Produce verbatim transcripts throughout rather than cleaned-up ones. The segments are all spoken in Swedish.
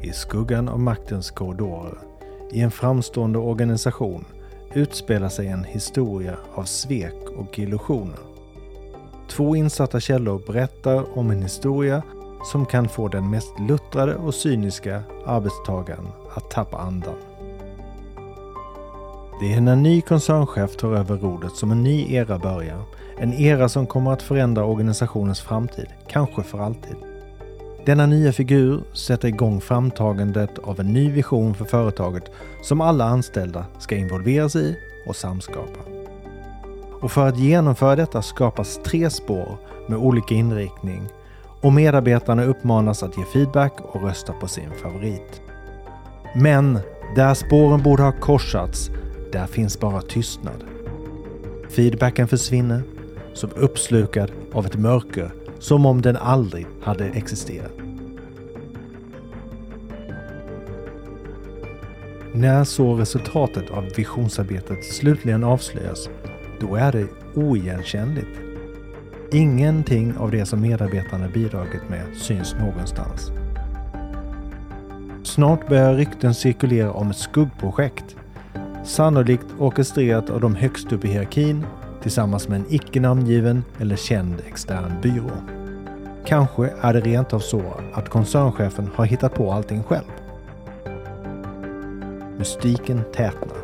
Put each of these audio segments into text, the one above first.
I skuggan av maktens korridorer, i en framstående organisation, utspelar sig en historia av svek och illusioner. Två insatta källor berättar om en historia som kan få den mest luttrade och cyniska arbetstagaren att tappa andan. Det är när en ny koncernchef tar över rodret som en ny era börjar. En era som kommer att förändra organisationens framtid, kanske för alltid. Denna nya figur sätter igång framtagandet av en ny vision för företaget som alla anställda ska involveras i och samskapa. Och för att genomföra detta skapas tre spår med olika inriktning och medarbetarna uppmanas att ge feedback och rösta på sin favorit. Men där spåren borde ha korsats, där finns bara tystnad. Feedbacken försvinner som uppslukad av ett mörker som om den aldrig hade existerat. När så resultatet av visionsarbetet slutligen avslöjas, då är det oigenkännligt. Ingenting av det som medarbetarna bidragit med syns någonstans. Snart börjar rykten cirkulera om ett skuggprojekt, sannolikt orkestrerat av de högst upp i hierarkin tillsammans med en icke namngiven eller känd extern byrå. Kanske är det rent av så att koncernchefen har hittat på allting själv. Mystiken tätnar.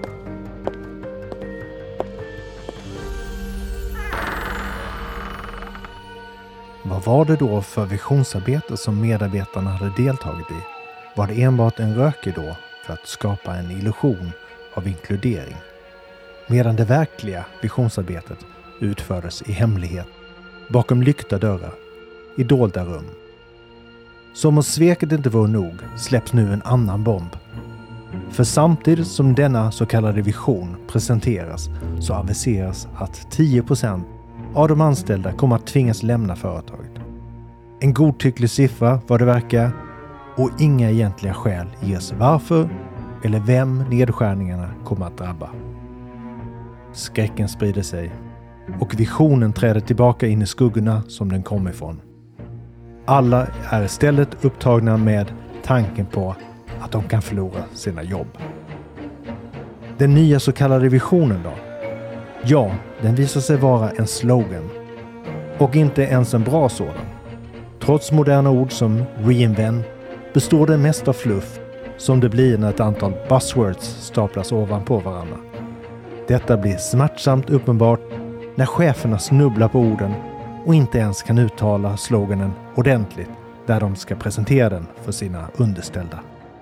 Vad var det då för visionsarbete som medarbetarna hade deltagit i? Var det enbart en rökridå för att skapa en illusion av inkludering? Medan det verkliga visionsarbetet utfördes i hemlighet, bakom lyckta dörrar, i dolda rum. Som om sveket inte var nog släpps nu en annan bomb. För samtidigt som denna så kallade vision presenteras så aviseras att tio procent av de anställda kommer att tvingas lämna företaget. En godtycklig siffra vad det verkar och inga egentliga skäl ges varför eller vem nedskärningarna kommer att drabba. Skräcken sprider sig och visionen träder tillbaka in i skuggorna som den kom ifrån. Alla är istället upptagna med tanken på att de kan förlora sina jobb. Den nya så kallade visionen då? Ja, den visar sig vara en slogan. Och inte ens en bra sådan. Trots moderna ord som reinvent består den mest av fluff som det blir när ett antal buzzwords staplas ovanpå varandra. Detta blir smärtsamt uppenbart när cheferna snubblar på orden och inte ens kan uttala sloganen ordentligt där de ska presentera den för sina underställda.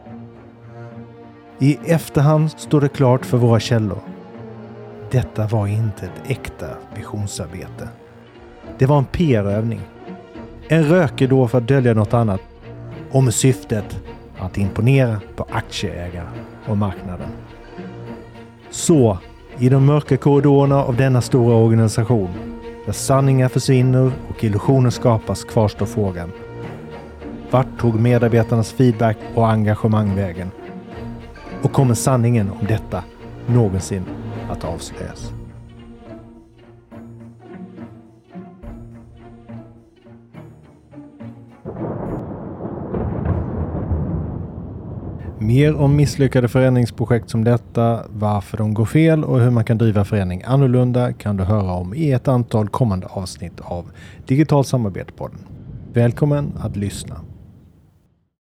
I efterhand står det klart för våra källor. Detta var inte ett äkta visionsarbete. Det var en P R-övning. En rökridå för att dölja något annat och med syftet att imponera på aktieägare och marknaden. Så, i de mörka korridorerna av denna stora organisation, där sanningar försvinner och illusioner skapas, kvarstår frågan. Vart tog medarbetarnas feedback och engagemang vägen? Och kommer sanningen om detta någonsin att avslöjas? Mer om misslyckade förändringsprojekt som detta, varför de går fel och hur man kan driva förändring annorlunda kan du höra om i ett antal kommande avsnitt av Digital Samarbete-podden. Välkommen att lyssna.